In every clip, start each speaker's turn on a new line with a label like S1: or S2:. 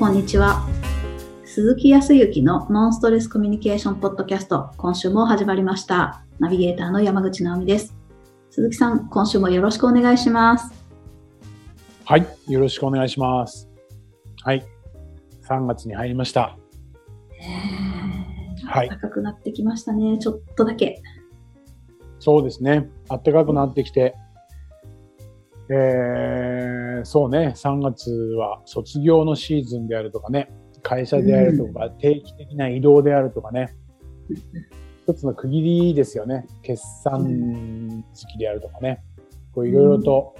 S1: こんにちは。鈴木康之のノンストレスコミュニケーションポッドキャスト、今週も始まりました。ナビゲーターの山口直美です。鈴木さん、今週もよろしくお願いします。
S2: はい、よろしくお願いします。はい、3月に入りました。はい、
S1: 暖かくなってきましたね、ちょっとだけ。
S2: そうですね、暖かくなってきて、そうね、3月は卒業のシーズンであるとかね、会社であるとか、定期的な移動であるとかね、一つの区切りですよね。決算月であるとかね、こういろいろと、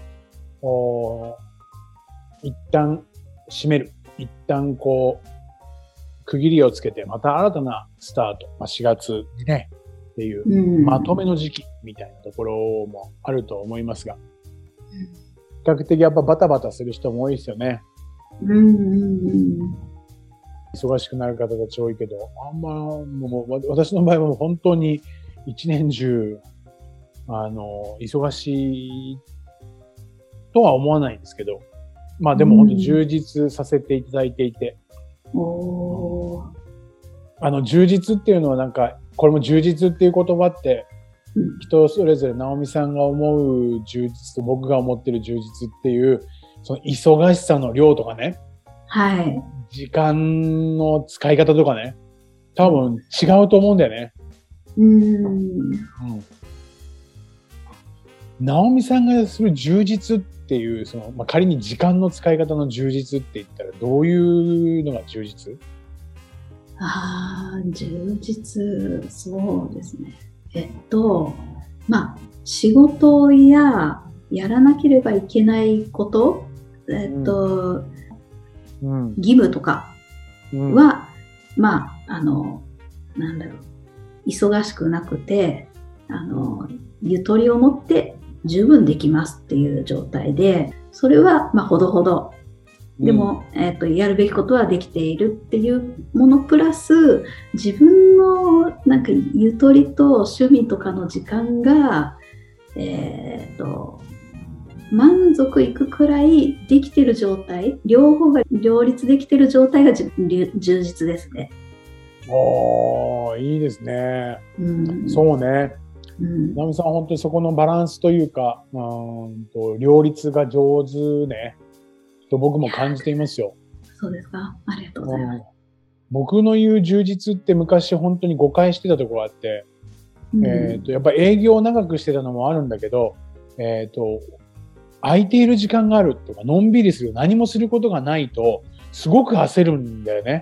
S2: 一旦閉める、一旦こう区切りをつけて、また新たなスタート、4月にねっていうまとめの時期みたいなところもあると思いますが、比較的やっぱバタバタする人も多いですよね。忙しくなる方たち多いけど、もう私の場合はもう本当に一年中忙しいとは思わないんですけど、でも本当充実させていただいていて、充実っていうのはなんか、これも充実っていう言葉って人それぞれ、直美さんが思う充実と僕が思ってる充実っていう、その忙しさの量とかね、
S1: はい、
S2: 時間の使い方とかね、多分違うと思うんだよね。直美さんがする充実っていう、その、仮に時間の使い方の充実って言ったらどういうのが充実？
S1: 充実、そうですね。仕事ややらなければいけないこと、義務とかは、忙しくなくて、ゆとりを持って十分できますっていう状態で、それはほどほど。でも、やるべきことはできているっていうものプラス、自分のなんかゆとりと趣味とかの時間が、満足いくくらいできてる状態、両方が両立できてる状態が充実ですね。
S2: いいですね。そうね。直美さん本当にそこのバランスというか、両立が上手ね。と僕も感じていますよ。
S1: そうですか。ありがとうございます。
S2: 僕の言う充実って昔本当に誤解してたところがあって、やっぱり営業を長くしてたのもあるんだけど、空いている時間があるとか、のんびりする、何もすることがないと、すごく焦るんだよね。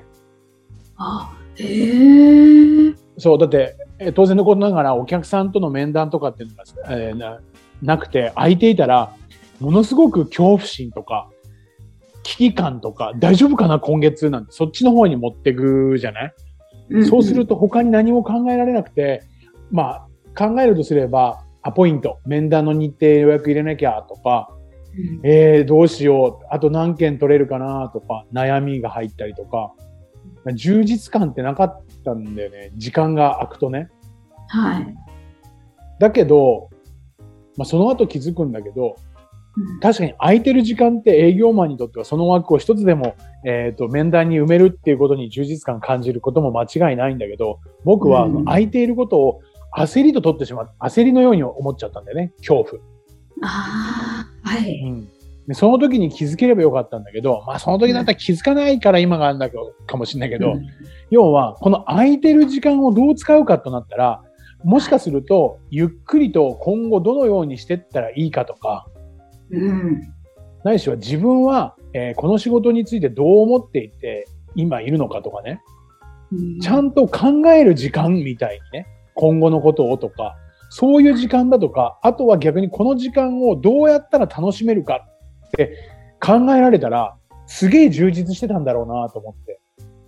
S2: そう、だって、当然のことながらお客さんとの面談とかっていうのが、なくて、空いていたら、ものすごく恐怖心とか、危機感とか、大丈夫かな今月なんて、そっちの方に持ってくじゃない？そうすると他に何も考えられなくて、考えるとすれば、アポイント、面談の日程予約入れなきゃとか、どうしよう、あと何件取れるかなとか、悩みが入ったりとか、充実感ってなかったんだよね。時間が空くとね。
S1: はい。
S2: だけど、その後気づくんだけど、確かに空いてる時間って営業マンにとってはその枠を一つでも、面談に埋めるっていうことに充実感感じることも間違いないんだけど、僕は空いていることを焦りと取ってしまう、焦りのように思っちゃったんだよね、恐怖。
S1: はい。
S2: でその時に気づければよかったんだけど、その時だったら気づかないから今があるんだかもしれないけど、要はこの空いてる時間をどう使うかとなったら、もしかするとゆっくりと今後どのようにしていったらいいかとか、ないしは自分は、この仕事についてどう思っていて今いるのかとかね、ちゃんと考える時間みたいにね、今後のことをとか、そういう時間だとか、あとは逆にこの時間をどうやったら楽しめるかって考えられたら、すげえ充実してたんだろうなと思って。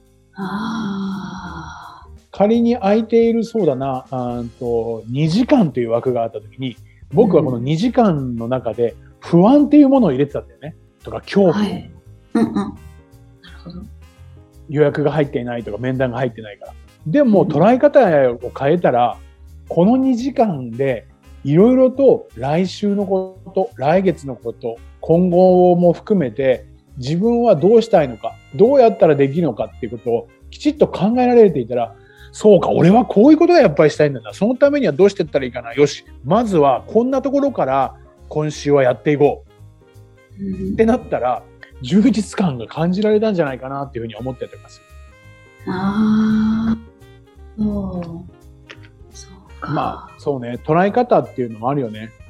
S2: 仮に空いているそうだな、2時間という枠があったときに、僕はこの2時間の中で不安っていうものを入れてたんだよね。とか恐怖。なるほど。予約が入っていないとか面談が入ってないから。でも捉え方を変えたら、この2時間でいろいろと来週のこと、来月のこと、今後も含めて自分はどうしたいのか、どうやったらできるのかっていうことをきちっと考えられていたら、そうか、俺はこういうことがやっぱりしたいんだな。そのためにはどうしていったらいいかな。よし、まずはこんなところから今週はやっていこう。ってなったら、充実感が感じられたんじゃないかなっていうふうに思ってます。
S1: ああ、そうか。
S2: まあ、そうね。捉え方っていうのもあるよね。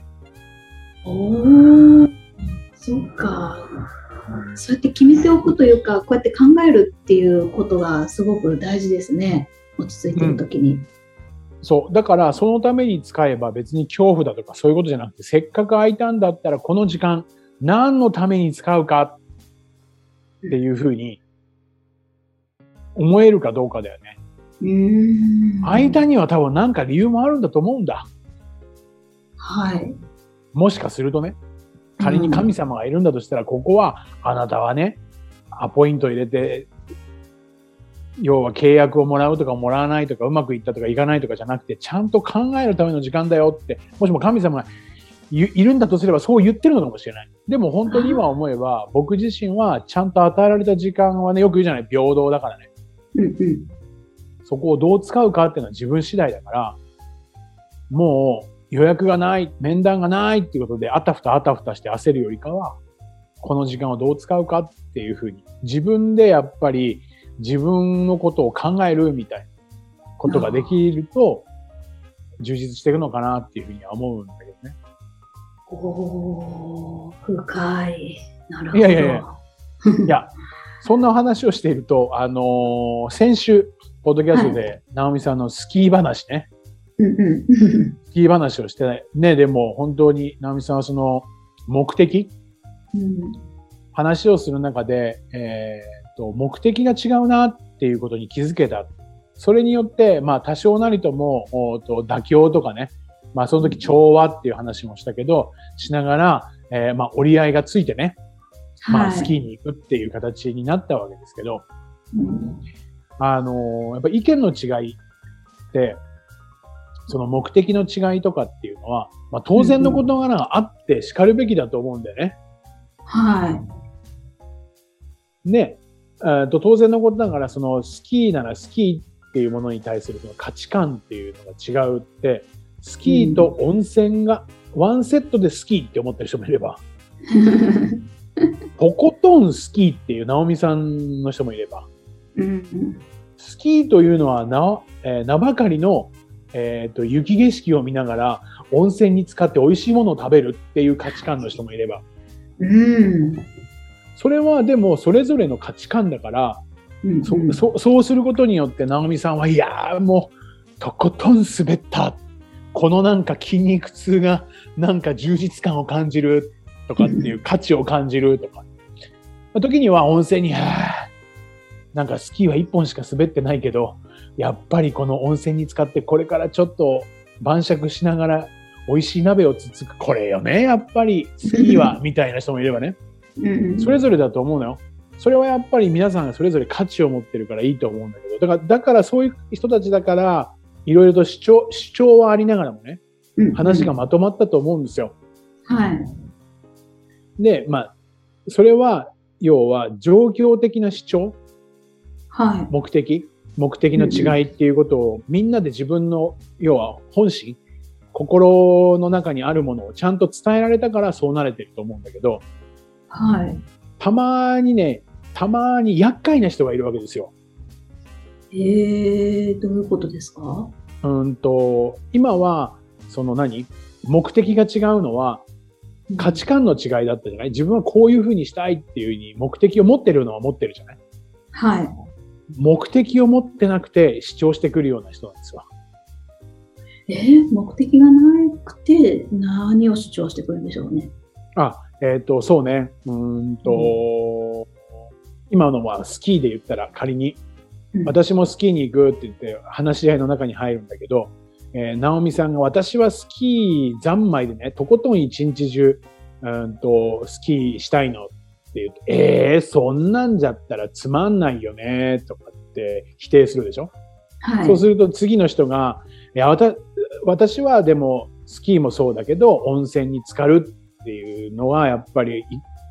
S1: そうか。そうやって決めておくというか、こうやって考えるっていうことがすごく大事ですね。落ち着いてるときに。
S2: そう。だから、そのために使えば別に恐怖だとかそういうことじゃなくて、せっかく空いたんだったらこの時間、何のために使うかっていうふうに思えるかどうかだよね。空いたには多分何か理由もあるんだと思うんだ。
S1: はい。
S2: もしかするとね、仮に神様がいるんだとしたら、ここはあなたはね、アポイント入れて、要は契約をもらうとかもらわないとか、うまくいったとかいかないとかじゃなくて、ちゃんと考えるための時間だよって、もしも神様がいるんだとすればそう言ってるのかもしれない。でも本当に今思えば、僕自身はちゃんと与えられた時間はね、よく言うじゃない、平等だからね。そこをどう使うかっていうのは自分次第だから、もう予約がない、面談がないっていうことであたふたして焦るよりかは、この時間をどう使うかっていうふうに、自分でやっぱり自分のことを考えるみたいなことができると、充実していくのかなっていうふうには思うんだけどね。
S1: 深い。なるほど。
S2: いや、そんな話をしていると、先週、ポッドキャストで、直美さんのスキー話ね。スキー話をしてね、でも本当に直美さんはその目的、話をする中で、目的が違うなっていうことに気づけた。それによって、まあ多少なりとも妥協とかね、まあその時調和っていう話もしたけど、しながら、まあ折り合いがついてね、まあスキーに行くっていう形になったわけですけど、やっぱ意見の違いって、その目的の違いとかっていうのは、まあ当然のことがあって叱るべきだと思うんだよね。
S1: はい。
S2: ね、当然のことだから、そのスキーならスキーっていうものに対するその価値観っていうのが違うって、スキーと温泉がワンセットでスキーって思ってる人もいれば、とことんスキーっていう直美さんの人もいれば、スキーというのは名ばかりの、雪景色を見ながら温泉に浸かって美味しいものを食べるっていう価値観の人もいれば、それはでもそれぞれの価値観だから、そうすることによって直美さんは、いやーもうとことん滑った、このなんか筋肉痛がなんか充実感を感じるとかっていう価値を感じるとか、時には温泉になんかスキーは一本しか滑ってないけど、やっぱりこの温泉に浸かってこれからちょっと晩酌しながら美味しい鍋をつつく、これよねやっぱりスキーはみたいな人もいればね、それぞれだと思うのよ。それはやっぱり皆さんがそれぞれ価値を持ってるからいいと思うんだけど、だからそういう人たちだからいろいろと主張はありながらもね、話がまとまったと思うんですよ。
S1: はい。
S2: で、まあそれは要は状況的な主張、
S1: はい、
S2: 目的の違いっていうことをみんなで自分の要は本心、心の中にあるものをちゃんと伝えられたからそうなれてると思うんだけど、
S1: はい、
S2: たまに厄介な人がいるわけですよ。
S1: どういうことですか？
S2: 今はその目的が違うのは価値観の違いだったじゃない？自分はこういうふうにしたいっていうふうに目的を持ってるのは持ってるじゃない？
S1: はい。
S2: 目的を持ってなくて主張してくるような人なんですよ。
S1: 目的がなくて何を主張してくるんでしょうね。
S2: そうね。今のはスキーで言ったら仮に、私もスキーに行くって言って話し合いの中に入るんだけど、直美さんが私はスキー三昧でね、とことん一日中、スキーしたいのって言うと、そんなんじゃったらつまんないよねとかって否定するでしょ。はい、そうすると次の人が、私はでもスキーもそうだけど温泉に浸かるっていうのはやっぱり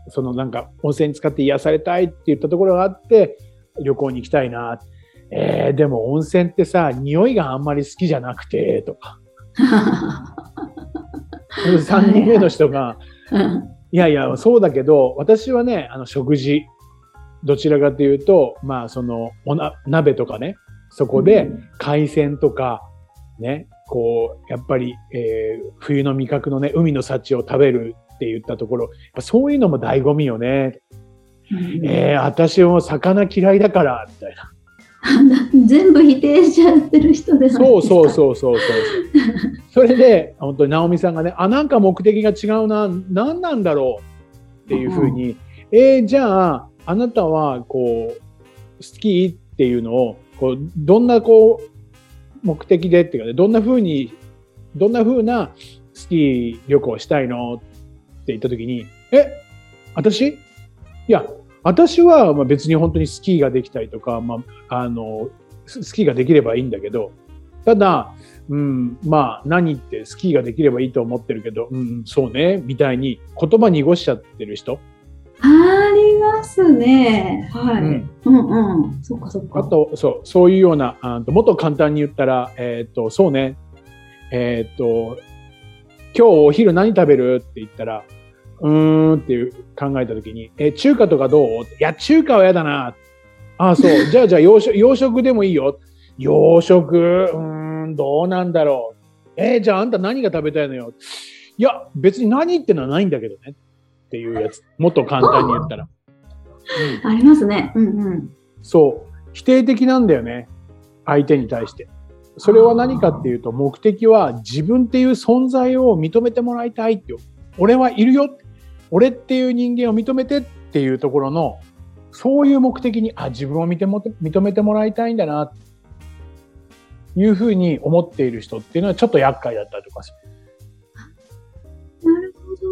S2: そのなんか温泉に使って癒されたいって言ったところがあって、旅行に行きたいな。でも温泉ってさ、匂いがあんまり好きじゃなくて、とか。3人目の人が、いやいや、そうだけど、私はね、食事、どちらかというと、まあ、鍋とかね、そこで海鮮とか、ね、こう、やっぱり、冬の味覚のね、海の幸を食べるって言ったところ、やっぱそういうのも醍醐味よね。私も魚嫌いだから、みたいな。
S1: 全部否定しちゃってる人で
S2: そう。それで、本当に直美さんがね、なんか目的が違うな、何なんだろうっていうふうに、じゃあ、あなたは、こう、好きっていうのを、こう、どんな、こう、目的でっていうかね、どんな風なスキー旅行したいのって言った時に、私？いや、私はまあ別に本当にスキーができたりとか、スキーができればいいんだけど、ただ、まあ何ってスキーができればいいと思ってるけど、そうね、みたいに言葉濁しちゃってる人。
S1: ありますね。はい。そっか。
S2: あと、そういうような、もっと簡単に言ったら、そうね、今日お昼何食べるって言ったら、っていう考えたときに、中華とかどう？いや、中華は嫌だな。そう。じゃあ洋食でもいいよ。洋食、どうなんだろう。じゃああんた何が食べたいのよ。いや、別に何ってのはないんだけどね。っていうやつ。もっと簡単に言ったら。
S1: ありますね。
S2: そう。否定的なんだよね。相手に対して。それは何かっていうと、目的は自分っていう存在を認めてもらいたいっていう。俺はいるよ。俺っていう人間を認めてっていうところの、そういう目的に、自分を認めてもらいたいんだな、いうふうに思っている人っていうのはちょっと厄介だったりとかす
S1: る。なる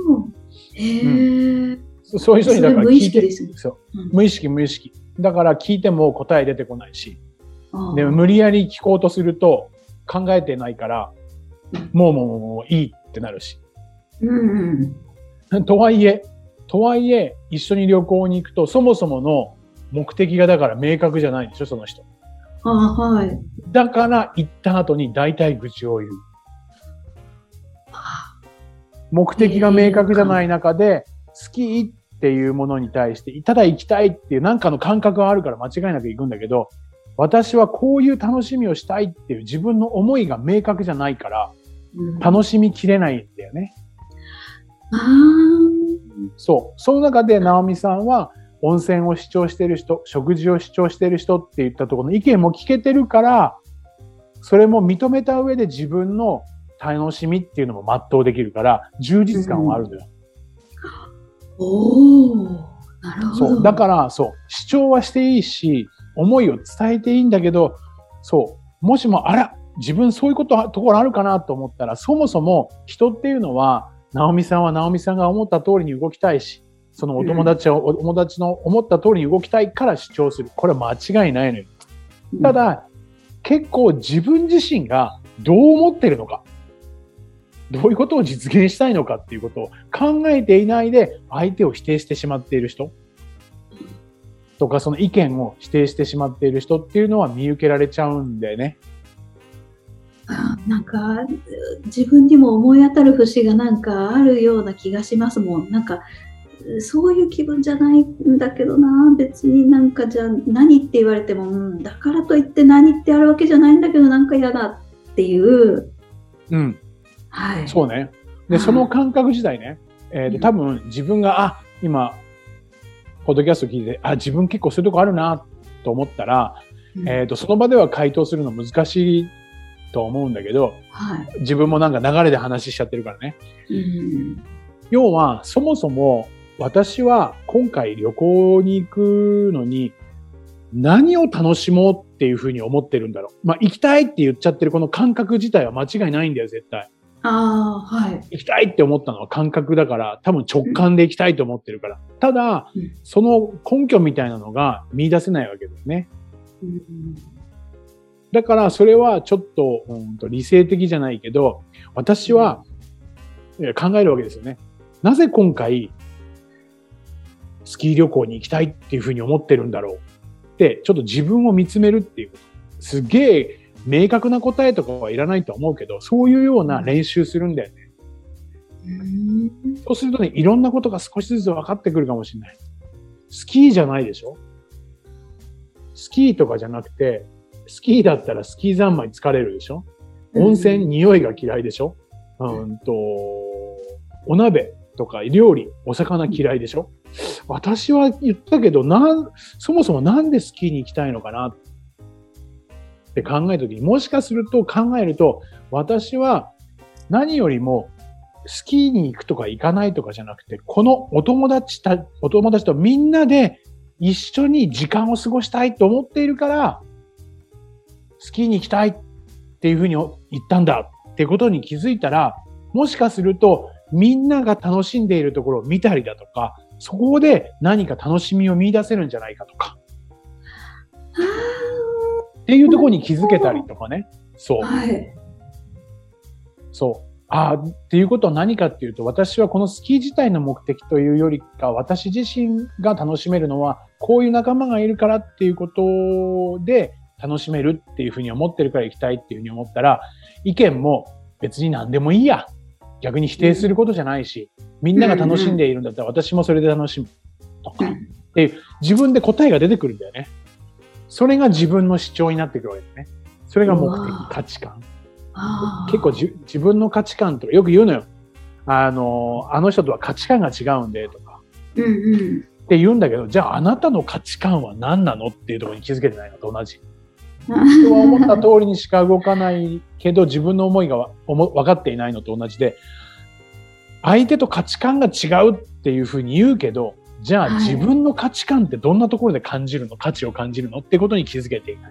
S1: ほど。
S2: そういう人にだから聞いて、無意識。だから聞いても答え出てこないし、でも無理やり聞こうとすると考えてないから、もういいってなるし。とはいえ、一緒に旅行に行くと、そもそもの目的がだから明確じゃないんでしょ、その人。
S1: はい。
S2: だから行った後に大体愚痴を言う。目的が明確じゃない中で、好きっていうものに対して、ただ行きたいっていうなんかの感覚があるから間違いなく行くんだけど、私はこういう楽しみをしたいっていう自分の思いが明確じゃないから、楽しみきれないんだよね。そう。その中で直美さんは温泉を主張している人、食事を主張している人っていったところの意見も聞けてるから、それも認めた上で自分の楽しみっていうのも全うできるから、充実感はあるんだよ。
S1: なるほど。
S2: そう。だから、主張はしていいし、思いを伝えていいんだけど、もしも、自分そういうところあるかなと思ったら、そもそも人っていうのは、直美さんは直美さんが思った通りに動きたいし、そのお友達はお友達の思った通りに動きたいから主張する。これは間違いないのよ。ただ、結構自分自身がどう思ってるのか、どういうことを実現したいのかっていうことを考えていないで相手を否定してしまっている人とか、その意見を否定してしまっている人っていうのは見受けられちゃうんだよね。
S1: なんか自分にも思い当たる節がなんかあるような気がしますもん。なんかそういう気分じゃないんだけどな、別になんかじゃあ何って言われても、だからといって何ってあるわけじゃないんだけどなんか嫌だっていう。はい。
S2: そうね。で、その感覚自体ね、多分自分が、今、ポッドキャスト聞いて、自分結構そういうとこあるなと思ったら、その場では回答するの難しいと思うんだけど、自分もなんか流れで話しちゃってるからね。要は、そもそも私は今回旅行に行くのに何を楽しもうっていうふうに思ってるんだろう。行きたいって言っちゃってるこの感覚自体は間違いないんだよ、絶対。行きたいって思ったのは感覚だから、多分直感で行きたいと思ってるから。ただ、その根拠みたいなのが見出せないわけだよね。だからそれはちょっと、理性的じゃないけど、私は考えるわけですよね。なぜ今回スキー旅行に行きたいっていうふうに思ってるんだろうって、ちょっと自分を見つめるっていうこと。すげえ明確な答えとかはいらないと思うけど、そういうような練習するんだよね。そうするとね、いろんなことが少しずつ分かってくるかもしれない。スキーじゃないでしょ？スキーとかじゃなくて、スキーだったらスキー三昧疲れるでしょ？温泉、匂いが嫌いでしょ？お鍋とか料理、お魚嫌いでしょ？私は言ったけど、そもそもなんでスキーに行きたいのかなって考えたときに、もしかすると考えると、私は何よりもスキーに行くとか行かないとかじゃなくて、このお友達とみんなで一緒に時間を過ごしたいと思っているから、スキーに行きたいっていうふうに言ったんだっていうことに気づいたら、もしかするとみんなが楽しんでいるところを見たりだとか、そこで何か楽しみを見出せるんじゃないかとか。っていうところに気づけたりとかね。そう。
S1: はい。
S2: そう。っていうことは何かっていうと、私はこのスキー自体の目的というよりか、私自身が楽しめるのは、こういう仲間がいるからっていうことで楽しめるっていうふうに思ってるから行きたいっていうふうに思ったら、意見も別に何でもいいや。逆に否定することじゃないし、みんなが楽しんでいるんだったら私もそれで楽しむとか、っていう自分で答えが出てくるんだよね。それが自分の主張になってくるわけですね。それが目的、価値観。結構自分の価値観とかよく言うのよ。あの人とは価値観が違うんでとか。って言うんだけど、じゃああなたの価値観は何なのっていうところに気づけてないのと同じ。人は思った通りにしか動かないけど、自分の思いが分かっていないのと同じで、相手と価値観が違うっていうふうに言うけど、じゃあ自分の価値観ってどんなところで感じるの、価値を感じるのってことに気づけていない。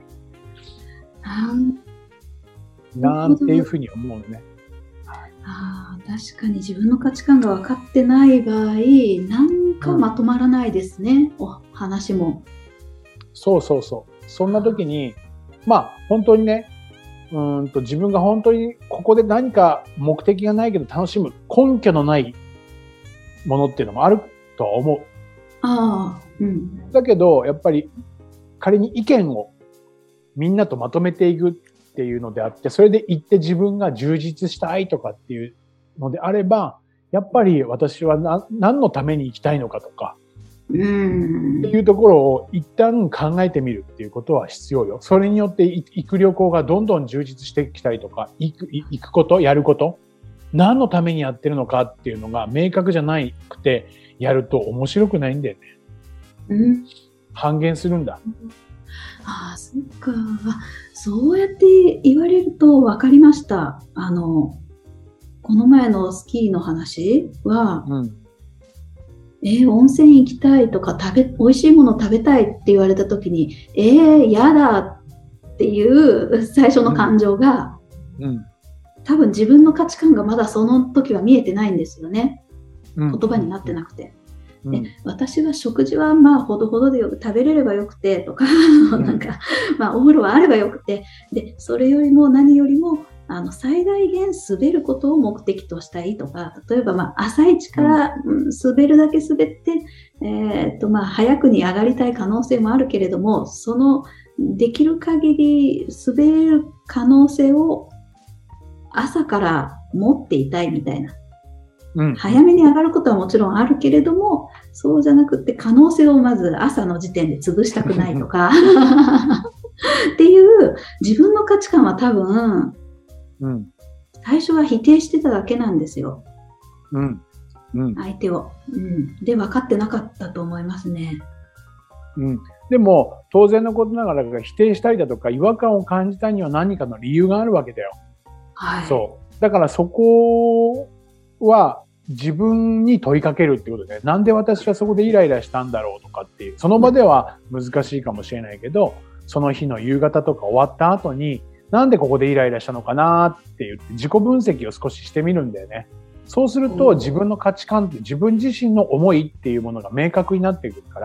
S2: なんていうふうに思うのね。
S1: 確かに自分の価値観が分かってない場合、なんかまとまらないですね、お話も。
S2: そう。そんな時に、本当にね、自分が本当にここで何か目的がないけど楽しむ根拠のないものっていうのもあるとは思う。だけど、やっぱり仮に意見をみんなとまとめていくっていうのであって、それで言って自分が充実したいとかっていうのであれば、やっぱり私は何のために生きたいのかとか、っていうところを一旦考えてみるっていうことは必要よ。それによって行く旅行がどんどん充実してきたりとか、行くこと、やること、何のためにやってるのかっていうのが明確じゃなくて、やると面白くないんだよね。半減するんだ。
S1: そっか。そうやって言われると分かりました。この前のスキーの話は、温泉行きたいとか美味しいもの食べたいって言われた時に、やだっていう最初の感情が、多分自分の価値観がまだその時は見えてないんですよね。言葉になってなくて。で、私は食事はほどほどでよく食べれればよくてとか、なんか、お風呂はあればよくて、で、それよりも何よりも、最大限滑ることを目的としたいとか、例えば朝一から滑るだけ滑って、早くに上がりたい可能性もあるけれども、そのできる限り滑れる可能性を朝から持っていたいみたいな。早めに上がることはもちろんあるけれども、そうじゃなくて可能性をまず朝の時点で潰したくないとかっていう自分の価値観は多分、最初は否定してただけなんですよ。相手を。で、分かってなかったと思いますね。
S2: でも、当然のことながら否定したりだとか違和感を感じたには何かの理由があるわけだよ。そう。だからそこは自分に問いかけるってことで、なんで私はそこでイライラしたんだろうとかっていう、その場では難しいかもしれないけど、その日の夕方とか終わった後に、なんでここでイライラしたのかなって言って自己分析を少ししてみるんだよね。そうすると自分の価値観って自分自身の思いっていうものが明確になってくるから、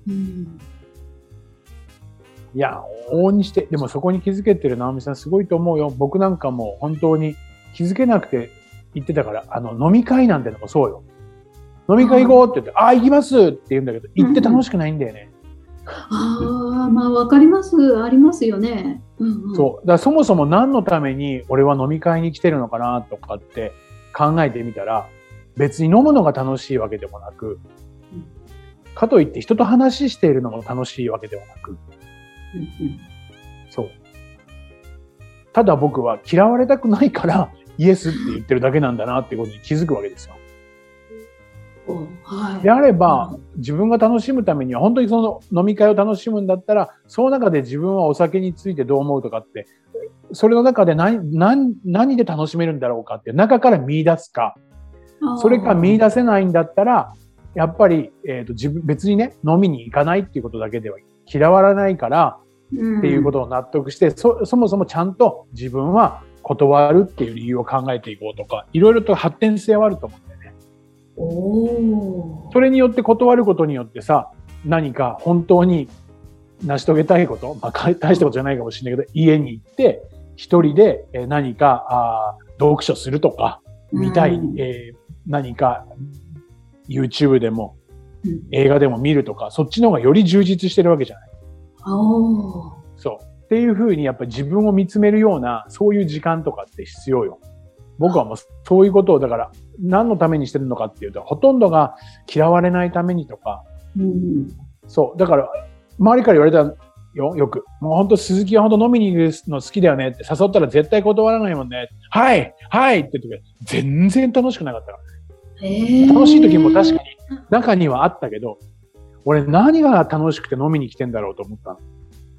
S2: いや、往々にして、でもそこに気づけてる直美さんすごいと思うよ。僕なんかも本当に気づけなくて言ってたから、飲み会なんてのもそうよ。 飲み会行こうって言って、ああ、行きますって言うんだけど、行って楽しくないんだよね。
S1: ああ、まあわかります。ありますよね。
S2: そう。だからそもそも何のために俺は飲み会に来てるのかなとかって考えてみたら、別に飲むのが楽しいわけでもなく、かといって人と話しているのも楽しいわけではなく、そう。ただ僕は嫌われたくないからイエスって言ってるだけなんだなってことに気づくわけですよ。
S1: はい、
S2: であれば、自分が楽しむためには、本当にその飲み会を楽しむんだったら、その中で自分はお酒についてどう思うとかって、それの中で何で楽しめるんだろうかっていう中から見出すか、それか見出せないんだったら、やっぱり、別にね、飲みに行かないっていうことだけでは嫌われないから、っていうことを納得して、そもそもちゃんと自分は断るっていう理由を考えていこうとか、いろいろと発展性はあると思うんだよね。それによって断ることによってさ、何か本当に成し遂げたいこと、まあ、大したことじゃないかもしれないけど、家に行って一人で何か読書するとか、見たい、何か YouTube でも映画でも見るとか、そっちの方がより充実してるわけじゃない。そう。っていうふうにやっぱり自分を見つめるような、そういう時間とかって必要よ。僕はもうそういうことを、だから何のためにしてるのかっていうと、ほとんどが嫌われないためにとか、そう。だから周りから言われたよ、よく。もう本当鈴木は本当飲みに行くの好きだよねって誘ったら絶対断らないもんね。はいはいって言って全然楽しくなかったからね。楽しい時も確かに中にはあったけど、俺何が楽しくて飲みに来てんだろうと思ったの。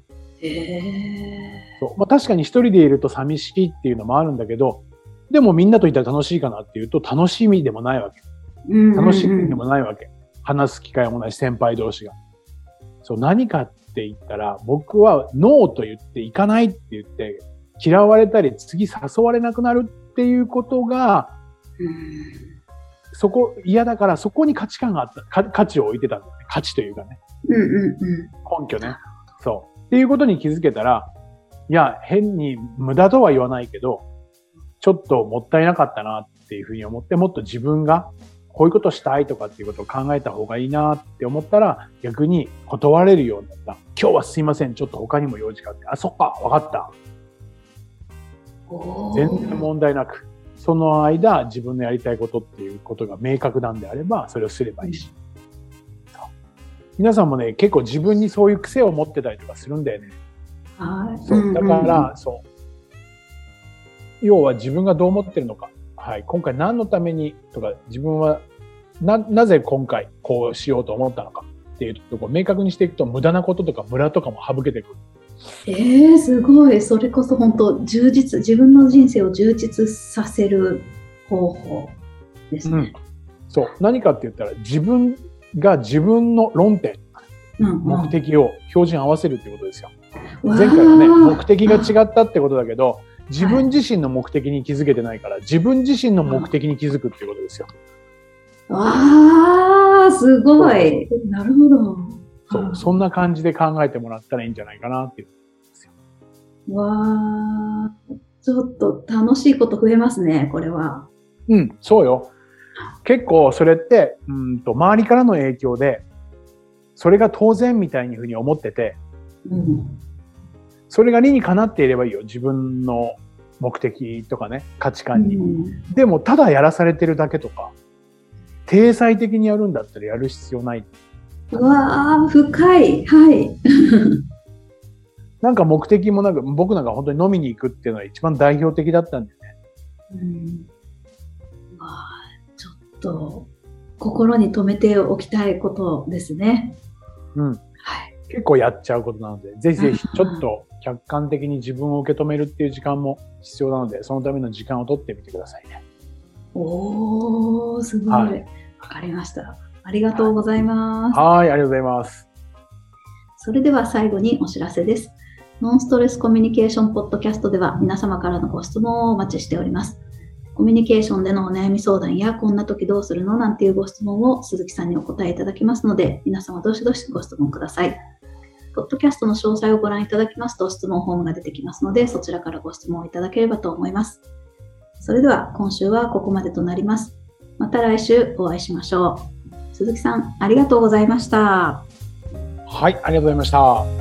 S2: そう。まあ、確かに一人でいると寂しいっていうのもあるんだけど、でもみんなといたら楽しいかなっていうと楽しみでもないわけ。楽しみでもないわけ。話す機会もないし先輩同士が。そう、何かって言ったら、僕はノーと言って行かないって言って嫌われたり次誘われなくなるっていうことが、そこ嫌だからそこに価値観があった、価値を置いてたんだよね。価値というかね。根拠ね。そう。っていうことに気づけたら、いや、変に無駄とは言わないけど、ちょっともったいなかったなっていうふうに思って、もっと自分がこういうことしたいとかっていうことを考えた方がいいなって思ったら、逆に断れるようになった。今日はすいません、ちょっと他にも用事があって、あ、そっか、わかった。全然問題なく、その間自分のやりたいことっていうことが明確なんであれば、それをすればいいし。皆さんもね、結構自分にそういう癖を持ってたりとかするんだよね。そう。だから、そう。要は自分がどう思ってるのか。はい。今回何のためにとか、自分はなぜ今回こうしようと思ったのかっていうところを明確にしていくと、無駄なこととかムラとかも省けてく
S1: る。すごい。それこそ本当自分の人生を充実させる方法ですね。
S2: そう。何かって言ったら、自分が自分の論点、目的を標準合わせるってことですよ。前回はね、目的が違ったってことだけど、自分自身の目的に気づけてないから、自分自身の目的に気づくっていうことですよ。
S1: すごい。なるほど。
S2: そう、そんな感じで考えてもらったらいいんじゃないかなっていう。
S1: ちょっと楽しいこと増えますね、これは。
S2: そうよ。結構それって、周りからの影響で、それが当然みたいにふうに思ってて、それが理にかなっていればいいよ。自分の目的とかね、価値観に。でも、ただやらされてるだけとか、体裁的にやるんだったらやる必要ない。
S1: 深い。はい。
S2: なんか目的もなく、僕なんか本当に飲みに行くっていうのは一番代表的だったんだよね。
S1: ちょっと、心に留めておきたいことですね。
S2: 結構やっちゃうことなので、ぜひぜひちょっと客観的に自分を受け止めるっていう時間も必要なので、そのための時間を取ってみてくださいね。
S1: すごい。わかりました。ありがとうございます。
S2: ありがとうございます。
S1: それでは最後にお知らせです。ノンストレスコミュニケーションポッドキャストでは皆様からのご質問をお待ちしております。コミュニケーションでのお悩み相談やこんな時どうするのなんていうご質問を鈴木さんにお答えいただきますので、皆様どしどしご質問ください。ポッドキャストの詳細をご覧いただきますと質問フォームが出てきますので、そちらからご質問をいただければと思います。それでは今週はここまでとなります。また来週お会いしましょう。 鈴木さん、ありがとうございました。
S2: はい、ありがとうございました。